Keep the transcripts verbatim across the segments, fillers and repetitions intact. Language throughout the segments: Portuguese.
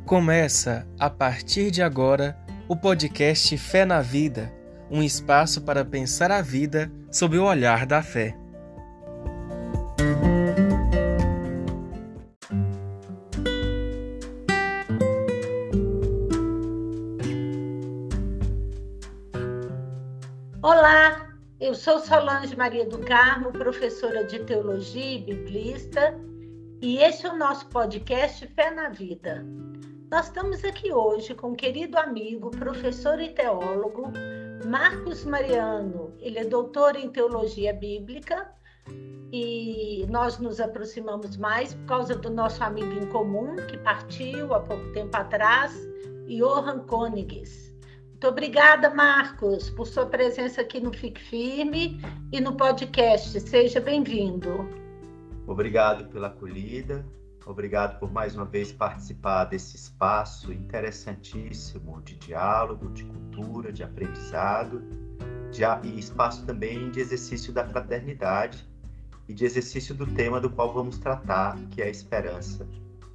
Começa, a partir de agora, o podcast Fé na Vida, um espaço para pensar a vida sob o olhar da fé. Olá, eu sou Solange Maria do Carmo, professora de Teologia e biblista, e este é o nosso podcast Fé na Vida. Nós estamos aqui hoje com o querido amigo, professor e teólogo, Marcos Mariano. Ele é doutor em Teologia Bíblica e nós nos aproximamos mais por causa do nosso amigo em comum, que partiu há pouco tempo atrás, Johan Königs. Muito obrigada, Marcos, por sua presença aqui no Fique Firme e no podcast. Seja bem-vindo. Obrigado pela acolhida. Obrigado por mais uma vez participar desse espaço interessantíssimo de diálogo, de cultura, de aprendizado, de, e espaço também de exercício da fraternidade e de exercício do tema do qual vamos tratar, que é a esperança.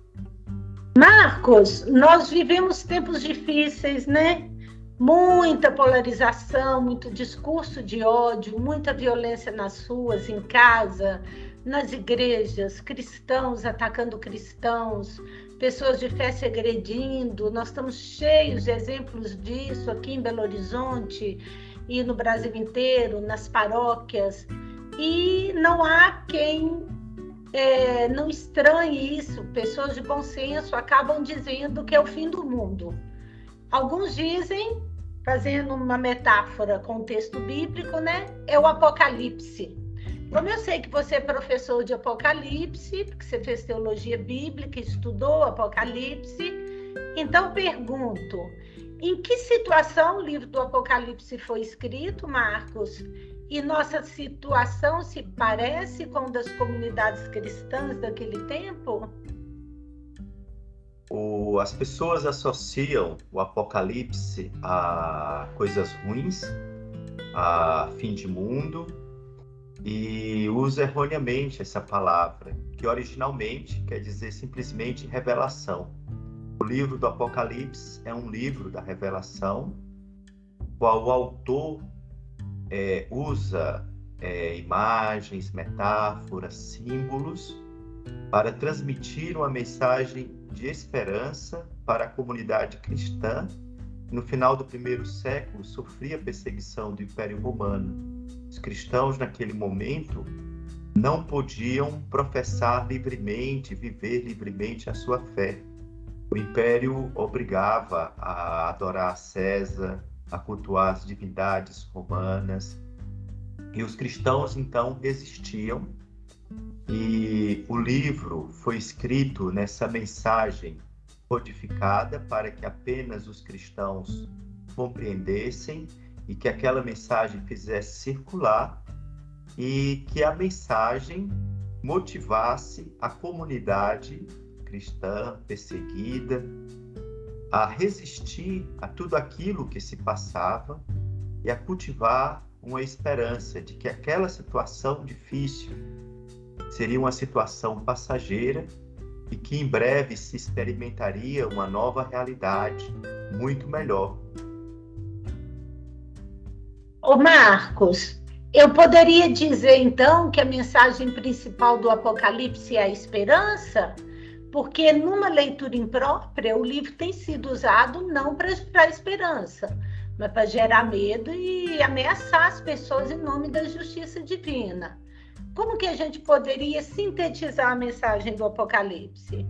Marcos, nós vivemos tempos difíceis, né? Muita polarização, muito discurso de ódio, muita violência nas ruas, em casa, nas igrejas, cristãos atacando cristãos, pessoas de fé se agredindo. Nós estamos cheios de exemplos disso aqui em Belo Horizonte e no Brasil inteiro, nas paróquias. E não há quem é, não estranhe isso. Pessoas de bom senso acabam dizendo que é o fim do mundo. Alguns dizem, fazendo uma metáfora com o texto bíblico, né? É o Apocalipse. Como eu sei que você é professor de Apocalipse, porque você fez teologia bíblica, estudou Apocalipse, então pergunto, em que situação o livro do Apocalipse foi escrito, Marcos? E nossa situação se parece com a das comunidades cristãs daquele tempo? O, as pessoas associam o Apocalipse a coisas ruins, a fim de mundo, e usa erroneamente essa palavra, que originalmente quer dizer simplesmente revelação. O livro do Apocalipse é um livro da revelação, qual o autor é, usa é, imagens, metáforas, símbolos, para transmitir uma mensagem de esperança para a comunidade cristã. No final do primeiro século, sofria perseguição do Império Romano. Os cristãos, naquele momento, não podiam professar livremente, viver livremente a sua fé. O Império obrigava a adorar César, a cultuar as divindades romanas. E os cristãos, então, resistiam. E o livro foi escrito nessa mensagem codificada para que apenas os cristãos compreendessem e que aquela mensagem fizesse circular e que a mensagem motivasse a comunidade cristã perseguida a resistir a tudo aquilo que se passava e a cultivar uma esperança de que aquela situação difícil seria uma situação passageira e que em breve se experimentaria uma nova realidade muito melhor. Ô Marcos, eu poderia dizer então que a mensagem principal do Apocalipse é a esperança? Porque numa leitura imprópria o livro tem sido usado não para a esperança, mas para gerar medo e ameaçar as pessoas em nome da justiça divina. Como que a gente poderia sintetizar a mensagem do Apocalipse?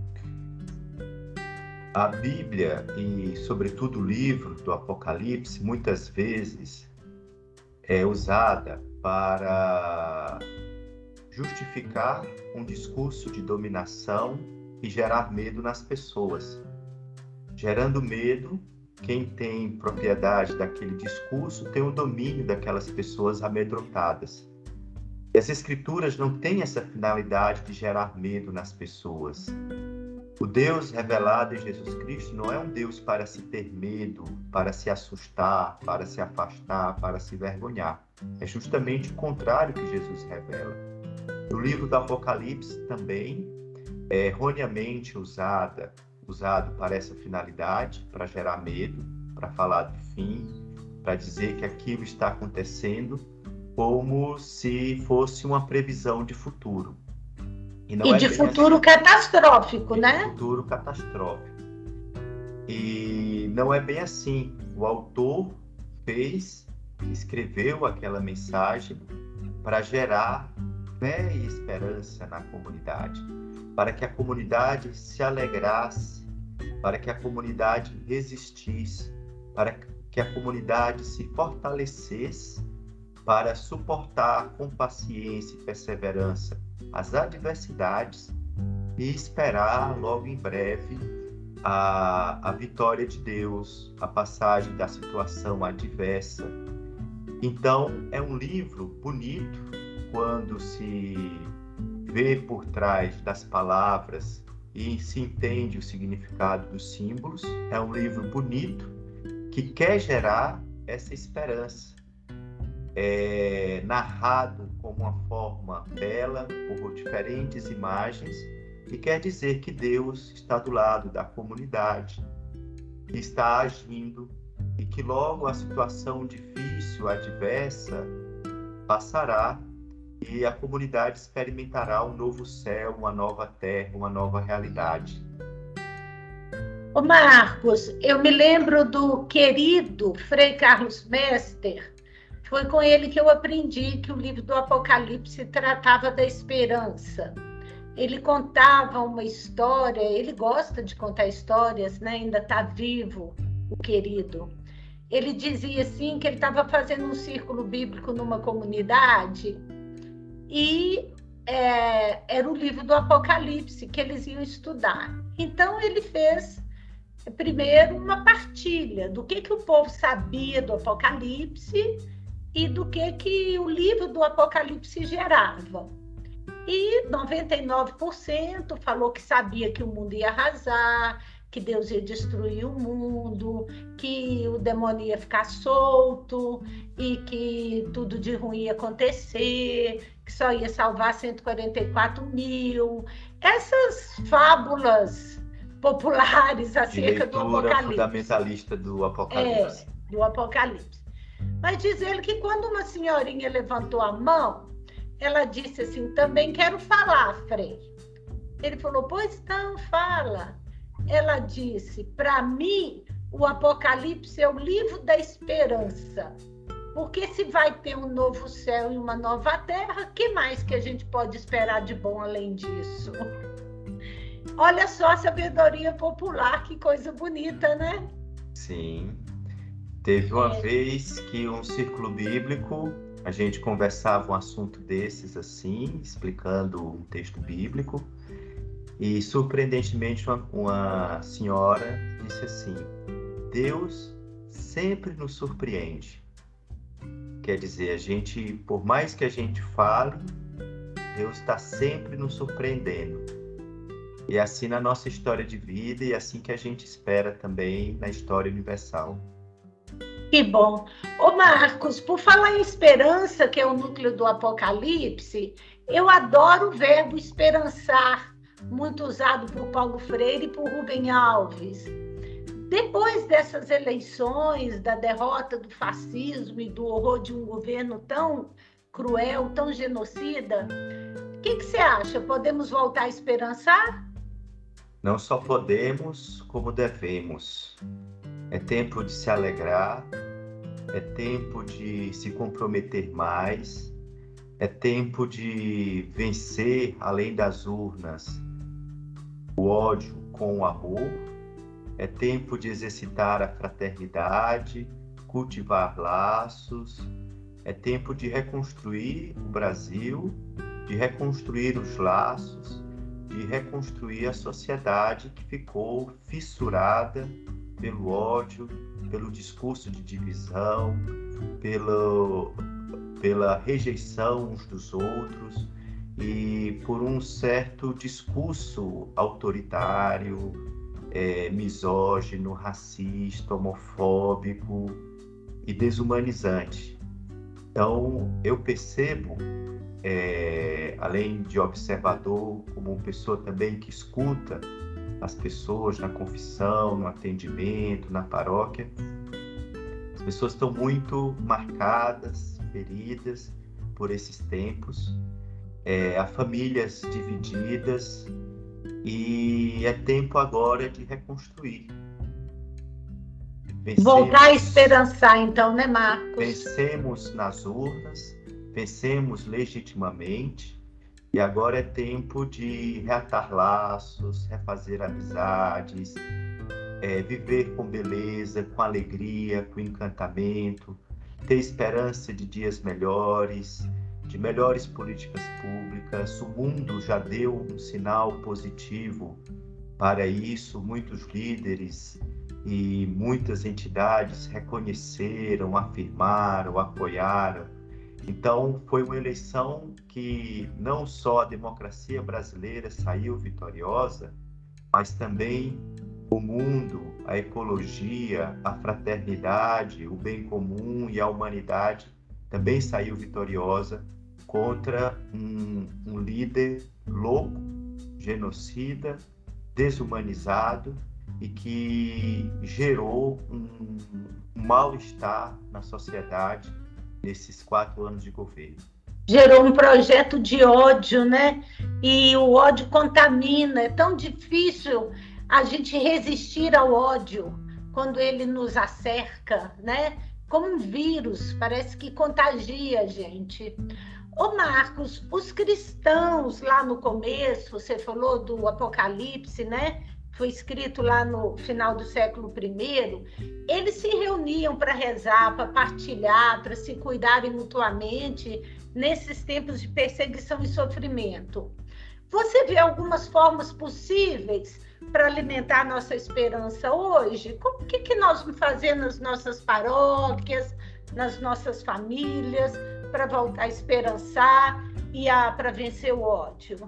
A Bíblia e, sobretudo, o livro do Apocalipse, muitas vezes é usada para justificar um discurso de dominação e gerar medo nas pessoas. Gerando medo, quem tem propriedade daquele discurso tem o domínio daquelas pessoas amedrontadas. E as Escrituras não têm essa finalidade de gerar medo nas pessoas. O Deus revelado em Jesus Cristo não é um Deus para se ter medo, para se assustar, para se afastar, para se envergonhar. É justamente o contrário que Jesus revela. No livro do Apocalipse também é erroneamente usada usado para essa finalidade, para gerar medo, para falar do fim, para dizer que aquilo está acontecendo como se fosse uma previsão de futuro. E, não e é de futuro assim, catastrófico, de né? Futuro catastrófico. E não é bem assim. O autor fez, escreveu aquela mensagem para gerar fé e esperança na comunidade, para que a comunidade se alegrasse, para que a comunidade resistisse, para que a comunidade se fortalecesse para suportar com paciência e perseverança as adversidades e esperar logo em breve a, a vitória de Deus, a passagem da situação adversa. Então, é um livro bonito quando se vê por trás das palavras e se entende o significado dos símbolos. É um livro bonito que quer gerar essa esperança. É narrado com uma forma bela, por diferentes imagens, e quer dizer que Deus está do lado da comunidade, que está agindo, e que logo a situação difícil, adversa, passará, e a comunidade experimentará um novo céu, uma nova terra, uma nova realidade. Ô Marcos, eu me lembro do querido Frei Carlos Mester. Foi com ele que eu aprendi que o livro do Apocalipse tratava da esperança. Ele contava uma história, ele gosta de contar histórias, né? Ainda está vivo, o querido. Ele dizia assim que ele estava fazendo um círculo bíblico numa comunidade e é, era o livro do Apocalipse que eles iam estudar. Então ele fez primeiro uma partilha do que, que o povo sabia do Apocalipse e do que, que o livro do Apocalipse gerava. E noventa e nove por cento falou que sabia que o mundo ia arrasar, que Deus ia destruir o mundo, que o demônio ia ficar solto e que tudo de ruim ia acontecer, que só ia salvar cento e quarenta e quatro mil. Essas fábulas populares acerca do Apocalipse. Fundamentalista do Apocalipse. É, do Apocalipse. Mas diz ele que quando uma senhorinha levantou a mão, ela disse assim, também quero falar, Frei. Ele falou, pois não, fala. Ela disse, para mim, o Apocalipse é o livro da esperança. Porque se vai ter um novo céu e uma nova terra, que mais que a gente pode esperar de bom além disso? Olha só a sabedoria popular, que coisa bonita, né? Sim. Teve uma é. vez que um círculo bíblico, a gente conversava um assunto desses assim, explicando um texto bíblico, e surpreendentemente uma, uma senhora disse assim, Deus sempre nos surpreende. Quer dizer, a gente, por mais que a gente fale, Deus está sempre nos surpreendendo. E assim na nossa história de vida e assim que a gente espera também na história universal. Que bom. Ô Marcos, por falar em esperança, que é o núcleo do Apocalipse, eu adoro o verbo esperançar, muito usado por Paulo Freire e por Rubem Alves. Depois dessas eleições, da derrota do fascismo e do horror de um governo tão cruel, tão genocida, o que, que você acha? Podemos voltar a esperançar? Não só podemos, como devemos. É tempo de se alegrar, é tempo de se comprometer mais, é tempo de vencer, além das urnas, o ódio com o amor, é tempo de exercitar a fraternidade, cultivar laços, é tempo de reconstruir o Brasil, de reconstruir os laços, de reconstruir a sociedade que ficou fissurada pelo ódio, pelo discurso de divisão, pelo, pela rejeição uns dos outros e por um certo discurso autoritário, é, misógino, racista, homofóbico e desumanizante. Então, eu percebo, é, além de observador, como pessoa também que escuta as pessoas na confissão, no atendimento, na paróquia. As pessoas estão muito marcadas, feridas por esses tempos. É, há famílias divididas e é tempo agora de reconstruir. Vencemos, voltar a esperançar, então, né, Marcos? Vencemos nas urnas, vencemos legitimamente, e agora é tempo de reatar laços, refazer amizades, é, viver com beleza, com alegria, com encantamento, ter esperança de dias melhores, de melhores políticas públicas. O mundo já deu um sinal positivo para isso, muitos líderes e muitas entidades reconheceram, afirmaram, apoiaram. Então, foi uma eleição que não só a democracia brasileira saiu vitoriosa, mas também o mundo, a ecologia, a fraternidade, o bem comum e a humanidade também saiu vitoriosa contra um, um líder louco, genocida, desumanizado, e que gerou um, um mal-estar na sociedade nesses quatro anos de governo. Gerou um projeto de ódio, né? E o ódio contamina. É tão difícil a gente resistir ao ódio quando ele nos acerca, né? Como um vírus, parece que contagia a gente. Ô Marcos, os cristãos lá no começo, você falou do Apocalipse, né? Foi escrito lá no final do século primeiro, eles se reuniam para rezar, para partilhar, para se cuidarem mutuamente nesses tempos de perseguição e sofrimento. Você vê algumas formas possíveis para alimentar a nossa esperança hoje? O que, que nós vamos fazer nas nossas paróquias, nas nossas famílias, para voltar a esperançar e a, para vencer o ódio?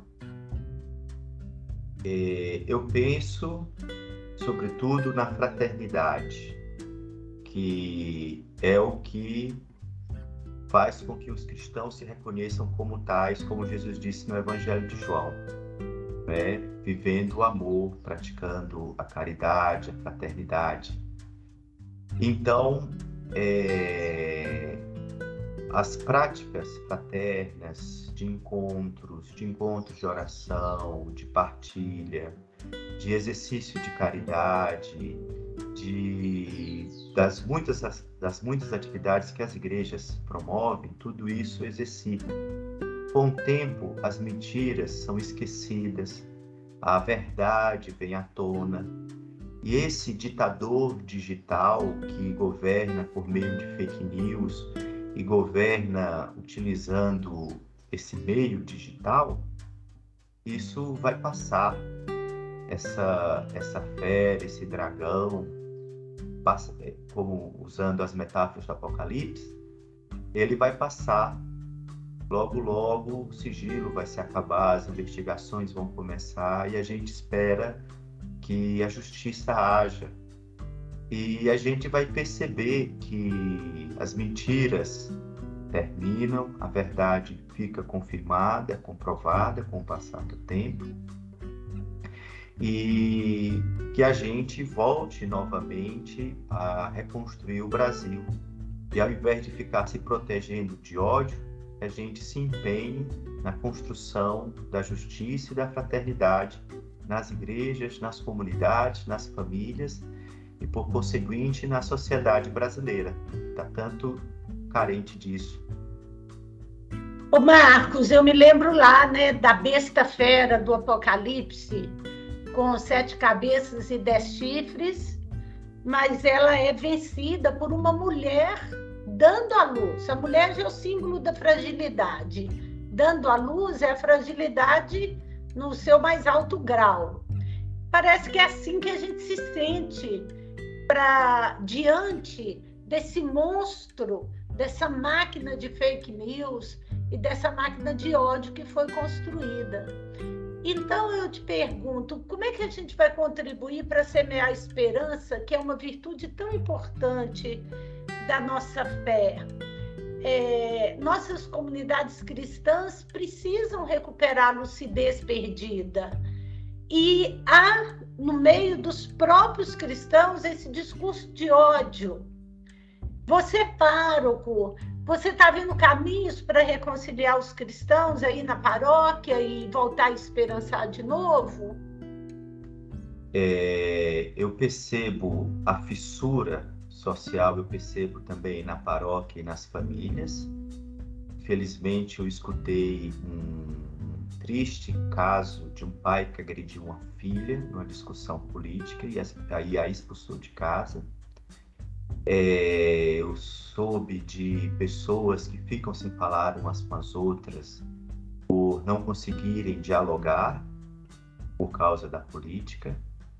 Eu penso, sobretudo, na fraternidade, que é o que faz com que os cristãos se reconheçam como tais, como Jesus disse no Evangelho de João, né? Vivendo o amor, praticando a caridade, a fraternidade. Então, é... as práticas fraternas de encontros, de encontros de oração, de partilha, de exercício de caridade, de, das, muitas, das muitas atividades que as igrejas promovem, tudo isso exercita. Com o tempo, as mentiras são esquecidas, a verdade vem à tona, e esse ditador digital que governa por meio de fake news e governa utilizando esse meio digital, isso vai passar. Essa, essa fera, esse dragão, passa, como usando as metáforas do Apocalipse, ele vai passar. Logo, logo, o sigilo vai se acabar, as investigações vão começar e a gente espera que a justiça haja. E a gente vai perceber que as mentiras terminam, a verdade fica confirmada, comprovada com o passar do tempo, e que a gente volte novamente a reconstruir o Brasil. E ao invés de ficar se protegendo de ódio, a gente se empenhe na construção da justiça e da fraternidade nas igrejas, nas comunidades, nas famílias e, por conseguinte, na sociedade brasileira, que está tanto carente disso. Ô Marcos, eu me lembro lá, né, da besta fera do Apocalipse, com sete cabeças e dez chifres, mas ela é vencida por uma mulher dando a luz. A mulher é o símbolo da fragilidade. Dando a luz é a fragilidade no seu mais alto grau. Parece que é assim que a gente se sente pra, diante desse monstro, dessa máquina de fake news e dessa máquina de ódio que foi construída. Então eu te pergunto, como é que a gente vai contribuir para semear a esperança, que é uma virtude tão importante da nossa fé? É, nossas comunidades cristãs precisam recuperar a lucidez perdida. E há, no meio dos próprios cristãos, esse discurso de ódio. Você, pároco, você está vendo caminhos para reconciliar os cristãos aí na paróquia e voltar a esperançar de novo? É, eu percebo a fissura social, eu percebo também na paróquia e nas famílias. Felizmente, eu escutei um triste caso de um pai que agrediu uma filha numa discussão política e aí a expulsou de casa. É, eu soube de pessoas que ficam sem falar umas com as outras por não conseguirem dialogar por causa da política.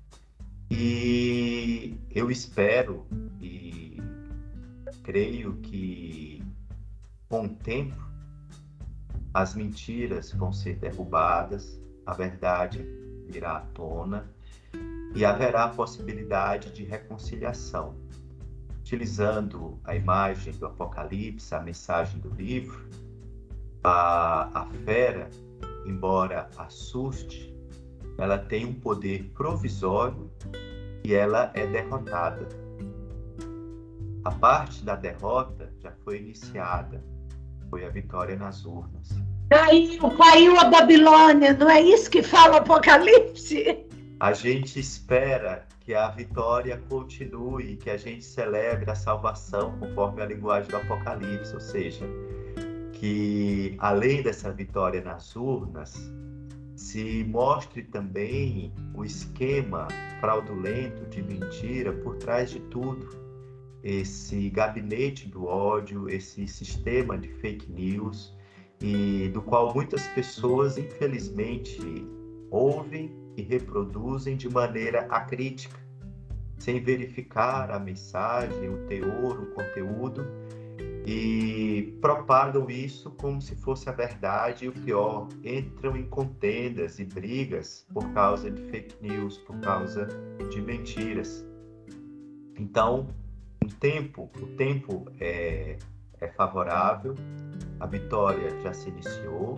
E eu espero e creio que com o tempo as mentiras vão ser derrubadas, a verdade virá à tona e haverá a possibilidade de reconciliação. Utilizando a imagem do Apocalipse, a mensagem do livro, a, a fera, embora assuste, ela tem um poder provisório e ela é derrotada. A parte da derrota já foi iniciada, foi a vitória nas urnas. Caiu, caiu a Babilônia, não é isso que fala o Apocalipse? A gente espera que a vitória continue, que a gente celebre a salvação conforme a linguagem do Apocalipse, ou seja, que além dessa vitória nas urnas, se mostre também o esquema fraudulento de mentira por trás de tudo, esse gabinete do ódio, esse sistema de fake news, e do qual muitas pessoas, infelizmente, ouvem e reproduzem de maneira acrítica, sem verificar a mensagem, o teor, o conteúdo, e propagam isso como se fosse a verdade, e o pior, entram em contendas e brigas por causa de fake news, por causa de mentiras. Então, um tempo, o tempo é, é favorável, a vitória já se iniciou,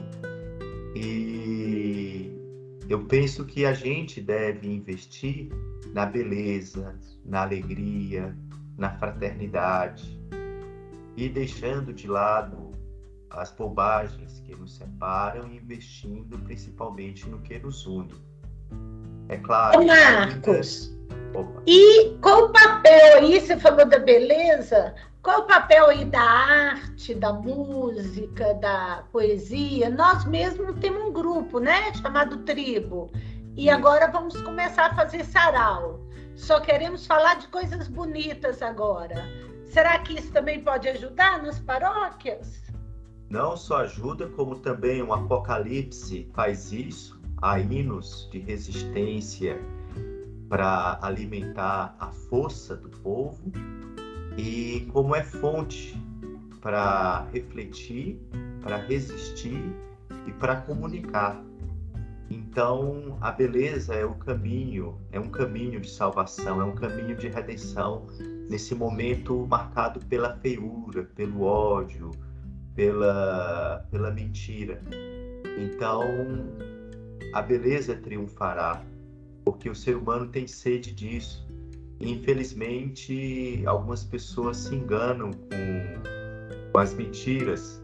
e eu penso que a gente deve investir na beleza, na alegria, na fraternidade, e deixando de lado as bobagens que nos separam e investindo principalmente no que nos une. É claro... Ô Marcos, ainda... e qual o papel aí, você falou da beleza, qual o papel aí da arte, da música, da poesia? Nós mesmos temos um grupo, né, chamado Tribo, e agora vamos começar a fazer sarau. Só queremos falar de coisas bonitas agora. Será que isso também pode ajudar nas paróquias? Não só ajuda, como também o Apocalipse faz isso. Há hinos de resistência para alimentar a força do povo e como é fonte para refletir, para resistir e para comunicar. Então, a beleza é o caminho, é um caminho de salvação, é um caminho de redenção, nesse momento marcado pela feiura, pelo ódio, pela, pela mentira. Então, a beleza triunfará, porque o ser humano tem sede disso. E, infelizmente, algumas pessoas se enganam com, com as mentiras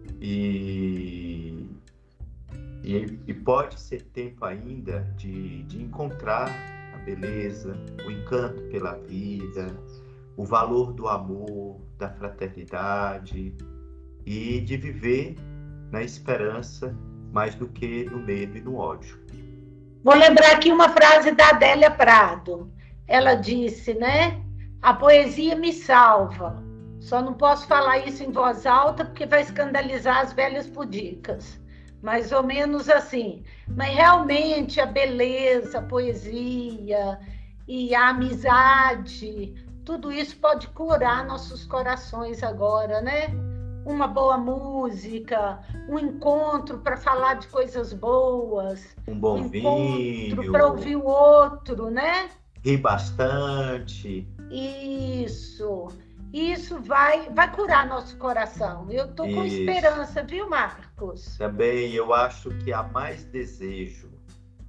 e... E, e pode ser tempo ainda de, de encontrar a beleza, o encanto pela vida, o valor do amor, da fraternidade e de viver na esperança mais do que no medo e no ódio. Vou lembrar aqui uma frase da Adélia Prado. Ela disse, né? A poesia me salva. Só não posso falar isso em voz alta porque vai escandalizar as velhas pudicas. Mais ou menos assim. Mas realmente a beleza, a poesia e a amizade, tudo isso pode curar nossos corações agora, né? Uma boa música, um encontro para falar de coisas boas. Um bom um vinho. Para ouvir o outro, né? Rir bastante. Isso. Isso vai, vai curar nosso coração. Eu estou com esperança, viu, Marcos? Também eu acho que há mais desejo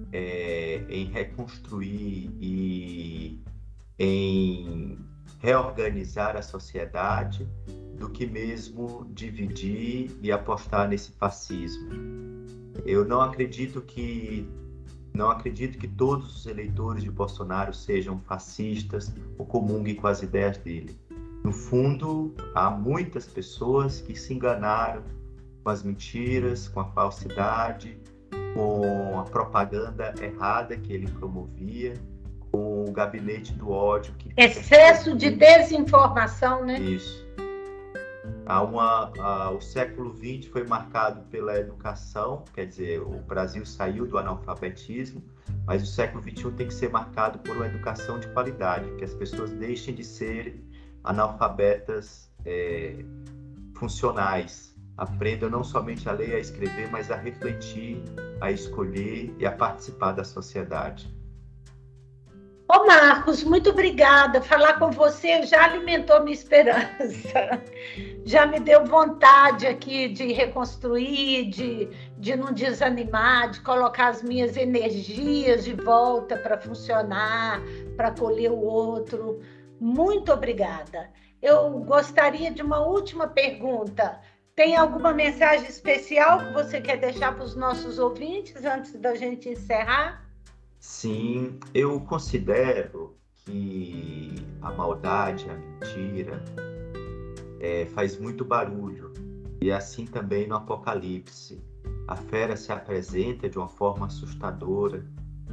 é, em reconstruir e em reorganizar a sociedade do que mesmo dividir e apostar nesse fascismo. Eu não acredito que não acredito que todos os eleitores de Bolsonaro sejam fascistas ou comunguem com as ideias dele. No fundo, há muitas pessoas que se enganaram com as mentiras, com a falsidade, com a propaganda errada que ele promovia, com o gabinete do ódio. Que Excesso de desinformação, né? Isso. Há uma, há, o século vinte foi marcado pela educação, quer dizer, o Brasil saiu do analfabetismo, mas o século vinte e um tem que ser marcado por uma educação de qualidade, que as pessoas deixem de ser analfabetas é, funcionais, aprendam não somente a ler e a escrever, mas a refletir, a escolher e a participar da sociedade. Ô Marcos, muito obrigada. Falar com você já alimentou minha esperança. Já me deu vontade aqui de reconstruir, de, de não desanimar, de colocar as minhas energias de volta para funcionar, para acolher o outro. Muito obrigada. Eu gostaria de uma última pergunta. Tem alguma mensagem especial que você quer deixar para os nossos ouvintes antes da gente encerrar? Sim, eu considero que a maldade, a mentira, é, faz muito barulho. E assim também no Apocalipse. A fera se apresenta de uma forma assustadora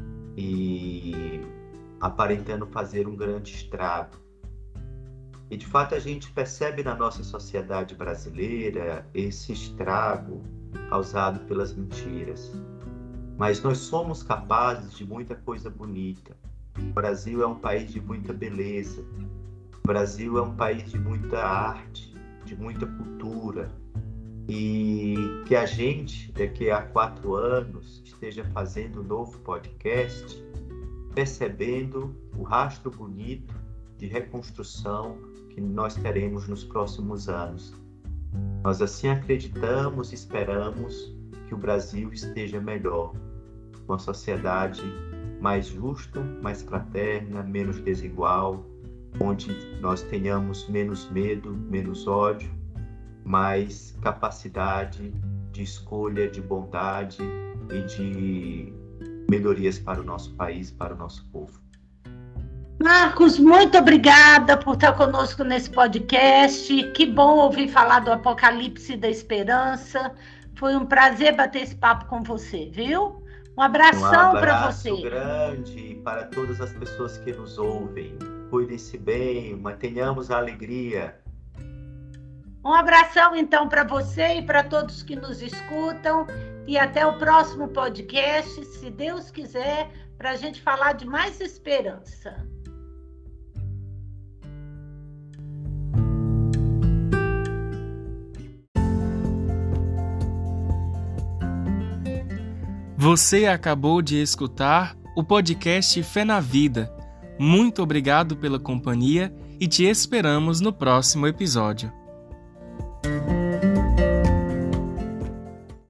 e aparentando fazer um grande estrago. E de fato a gente percebe na nossa sociedade brasileira esse estrago causado pelas mentiras. Mas nós somos capazes de muita coisa bonita. O Brasil é um país de muita beleza. O Brasil é um país de muita arte, de muita cultura. E que a gente, daqui a quatro anos, esteja fazendo um novo podcast, percebendo o rastro bonito de reconstrução que nós teremos nos próximos anos. Nós assim acreditamos e esperamos que o Brasil esteja melhor, uma sociedade mais justa, mais fraterna, menos desigual, onde nós tenhamos menos medo, menos ódio, mais capacidade de escolha, de bondade e de melhorias para o nosso país, para o nosso povo. Marcos, muito obrigada por estar conosco nesse podcast. Que bom ouvir falar do Apocalipse da Esperança. Foi um prazer bater esse papo com você, viu? Um abração um para você. Um abraço grande para todas as pessoas que nos ouvem. Cuidem-se bem, mantenhamos a alegria. Um abração, então, para você e para todos que nos escutam. E até o próximo podcast, se Deus quiser, para a gente falar de mais esperança. Você acabou de escutar o podcast Fé na Vida. Muito obrigado pela companhia e te esperamos no próximo episódio.